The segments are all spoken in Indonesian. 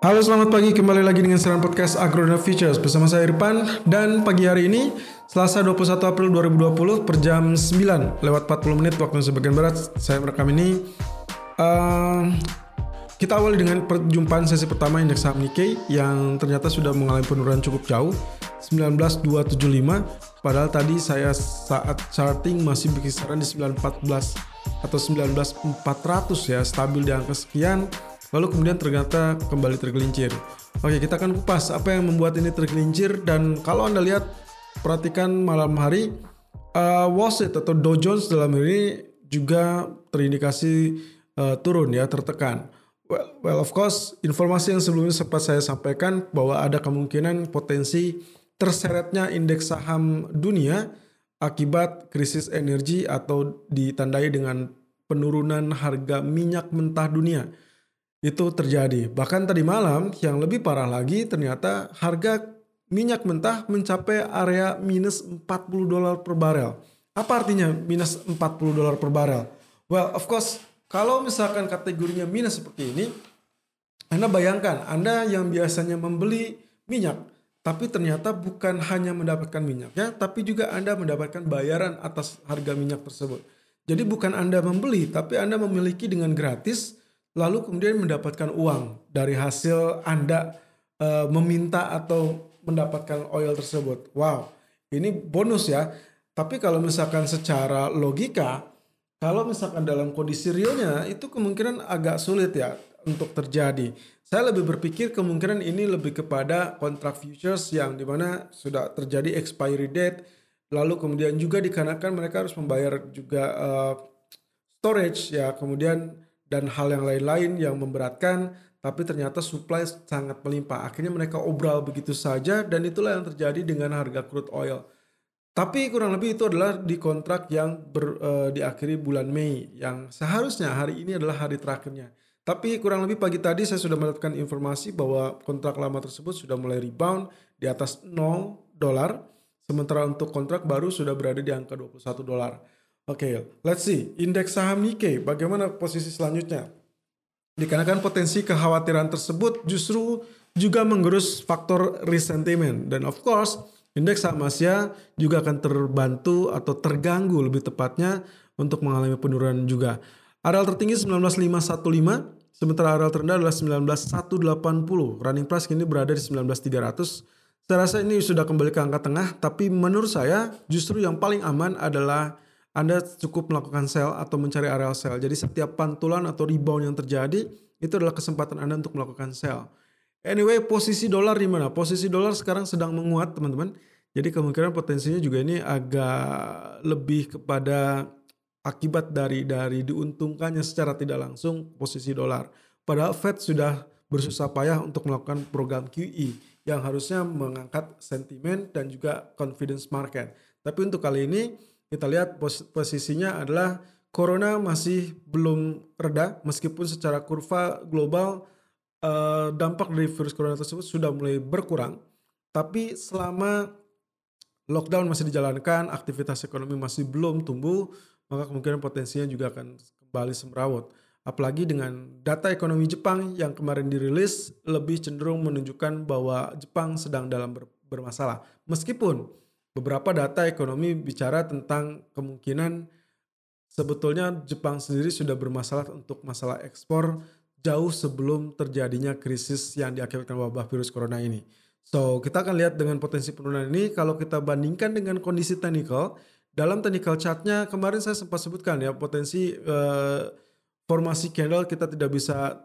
Halo, selamat pagi. Kembali lagi dengan siaran podcast Agronet Futures bersama saya Irfan. Dan pagi hari ini Selasa 21 April 2020 per jam 9 lewat 40 menit waktu Indonesia bagian Barat, saya merekam ini. Kita awali dengan perjumpaan sesi pertama indeks saham Nikkei yang ternyata sudah mengalami penurunan cukup jauh 19.275, padahal tadi saya saat charting masih berkisaran di 914 atau 19.400 ya, stabil di angka sekian, lalu kemudian ternyata kembali tergelincir. Oke, kita akan kupas apa yang membuat ini tergelincir. Dan kalau Anda lihat, perhatikan malam hari Wall Street atau Dow Jones dalam ini juga terindikasi turun ya, tertekan. Well, of course, informasi yang sebelumnya sempat saya sampaikan bahwa ada kemungkinan potensi terseretnya indeks saham dunia akibat krisis energi atau ditandai dengan penurunan harga minyak mentah dunia. Itu terjadi. Bahkan tadi malam yang lebih parah lagi, ternyata harga minyak mentah mencapai area minus $40 per barel. Apa artinya minus $40 per barel? Well, of course, kalau misalkan kategorinya minus seperti ini, Anda bayangkan, Anda yang biasanya membeli minyak, tapi ternyata bukan hanya mendapatkan minyaknya, tapi juga Anda mendapatkan bayaran atas harga minyak tersebut. Jadi bukan Anda membeli, tapi Anda memiliki dengan gratis, lalu kemudian mendapatkan uang dari hasil Anda meminta atau mendapatkan oil tersebut. Wow, ini bonus ya. Tapi kalau misalkan secara logika, kalau misalkan dalam kondisi realnya itu kemungkinan agak sulit ya untuk terjadi. Saya lebih berpikir kemungkinan ini lebih kepada kontrak futures yang dimana sudah terjadi expiry date, lalu kemudian juga dikarenakan mereka harus membayar juga storage ya, kemudian dan hal yang lain-lain yang memberatkan, tapi ternyata supply sangat melimpah. Akhirnya mereka obral begitu saja, dan itulah yang terjadi dengan harga crude oil. Tapi kurang lebih itu adalah di kontrak yang diakhiri bulan Mei, yang seharusnya hari ini adalah hari terakhirnya. Tapi kurang lebih pagi tadi saya sudah mendapatkan informasi bahwa kontrak lama tersebut sudah mulai rebound di atas $0, sementara untuk kontrak baru sudah berada di angka $21. Oke, let's see. Indeks saham Nikkei, bagaimana posisi selanjutnya? Dikarenakan potensi kekhawatiran tersebut justru juga menggerus faktor risk sentiment. Dan of course, indeks saham Asia juga akan terbantu atau terganggu lebih tepatnya untuk mengalami penurunan juga. Areal tertinggi 19.515, sementara areal terendah adalah 19.180. Running price kini berada di 19.300. Saya rasa ini sudah kembali ke angka tengah, tapi menurut saya justru yang paling aman adalah Anda cukup melakukan sell atau mencari areal sell. Jadi setiap pantulan atau rebound yang terjadi, itu adalah kesempatan Anda untuk melakukan sell. Anyway, posisi dolar di mana? Posisi dolar sekarang sedang menguat, teman-teman. Jadi kemungkinan potensinya juga ini agak lebih kepada akibat dari diuntungkannya secara tidak langsung posisi dolar. Padahal Fed sudah bersusah payah untuk melakukan program QE yang harusnya mengangkat sentimen dan juga confidence market. Tapi untuk kali ini kita lihat posisinya adalah corona masih belum reda, meskipun secara kurva global dampak dari virus corona tersebut sudah mulai berkurang. Tapi selama lockdown masih dijalankan, aktivitas ekonomi masih belum tumbuh, maka kemungkinan potensinya juga akan kembali semrawut. Apalagi dengan data ekonomi Jepang yang kemarin dirilis lebih cenderung menunjukkan bahwa Jepang sedang dalam bermasalah. Meskipun beberapa data ekonomi bicara tentang kemungkinan sebetulnya Jepang sendiri sudah bermasalah untuk masalah ekspor jauh sebelum terjadinya krisis yang diakibatkan wabah virus corona ini. So, kita akan lihat dengan potensi penurunan ini kalau kita bandingkan dengan kondisi technical. Dalam technical chartnya kemarin saya sempat sebutkan ya, potensi formasi candle kita tidak bisa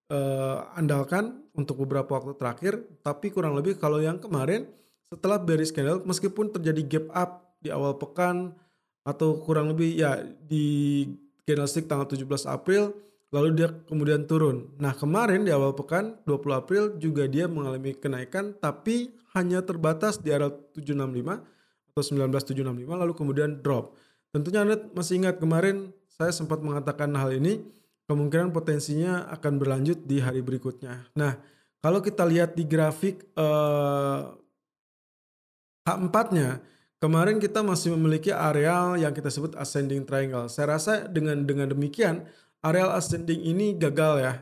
andalkan untuk beberapa waktu terakhir. Tapi kurang lebih kalau yang kemarin setelah bearish candle, meskipun terjadi gap up di awal pekan atau kurang lebih ya di candlestick tanggal 17 April, lalu dia kemudian turun. Nah kemarin di awal pekan 20 April juga dia mengalami kenaikan, tapi hanya terbatas di area 765 atau 19.765, lalu kemudian drop. Tentunya Anda masih ingat kemarin saya sempat mengatakan hal ini, kemungkinan potensinya akan berlanjut di hari berikutnya. Nah kalau kita lihat di grafik H4-nya, kemarin kita masih memiliki areal yang kita sebut ascending triangle. Saya rasa dengan demikian areal ascending ini gagal ya.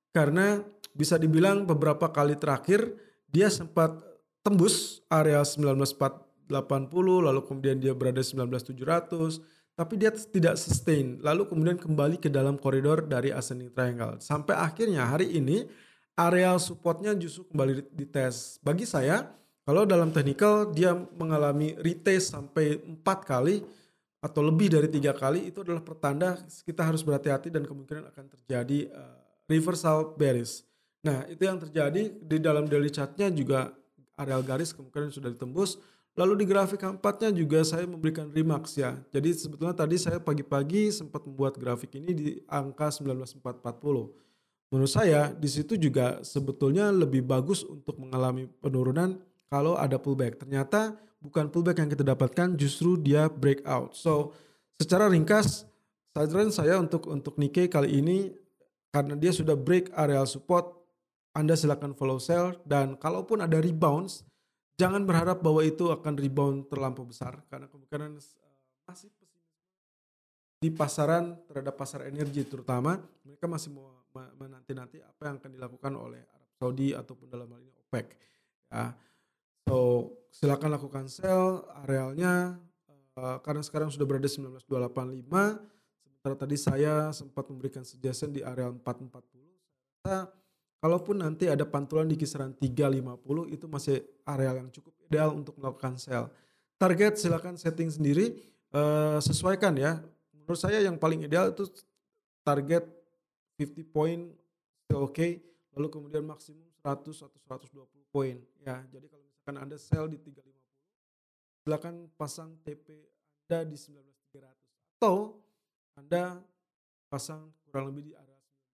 karena bisa dibilang beberapa kali terakhir dia sempat tembus area 19.480, lalu kemudian dia berada 19.700, tapi dia tidak sustain, lalu kemudian kembali ke dalam koridor dari ascending triangle sampai akhirnya hari ini area supportnya justru kembali dites. Bagi saya, kalau dalam technical dia mengalami retest sampai 4 kali atau lebih dari 3 kali, itu adalah pertanda kita harus berhati-hati dan kemungkinan akan terjadi reversal bearish. Nah, itu yang terjadi di dalam daily chartnya juga areal garis kemungkinan sudah ditembus. Lalu di grafik keempatnya juga saya memberikan remarks ya. Jadi sebetulnya tadi saya pagi-pagi sempat membuat grafik ini di angka 19.440. Menurut saya di situ juga sebetulnya lebih bagus untuk mengalami penurunan kalau ada pullback. Ternyata bukan pullback yang kita dapatkan, justru dia breakout. So secara ringkas saran saya untuk Nikkei kali ini, karena dia sudah break area support, Anda silakan follow sell, dan kalaupun ada rebounds, jangan berharap bahwa itu akan rebound terlampau besar karena kemungkinan masih di pasaran terhadap pasar energi terutama mereka masih mau menanti-nanti apa yang akan dilakukan oleh Arab Saudi ataupun dalam hal ini OPEC ya. So silakan lakukan sell arealnya karena sekarang sudah berada 19.285, sementara tadi saya sempat memberikan suggestion di area 440. Saya kalaupun nanti ada pantulan di kisaran 350 itu masih areal yang cukup ideal untuk melakukan sell. Target silakan setting sendiri, sesuaikan ya. Menurut saya yang paling ideal itu target 50 poin still okay, lalu kemudian maksimum 100 atau 120 poin ya. Jadi kalau misalkan Anda sell di 350, silakan pasang TP Anda di 19.300 atau Anda pasang kurang lebih di area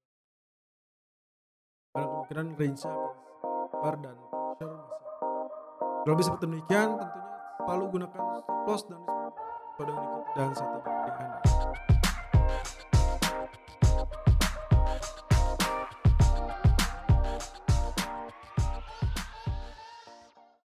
19. Karena kemungkinan range-nya akan lebar dan pressure masih. Kalau bisa seperti demikian, tentunya selalu gunakan stop loss dan sesuai dengan dan strategi Anda.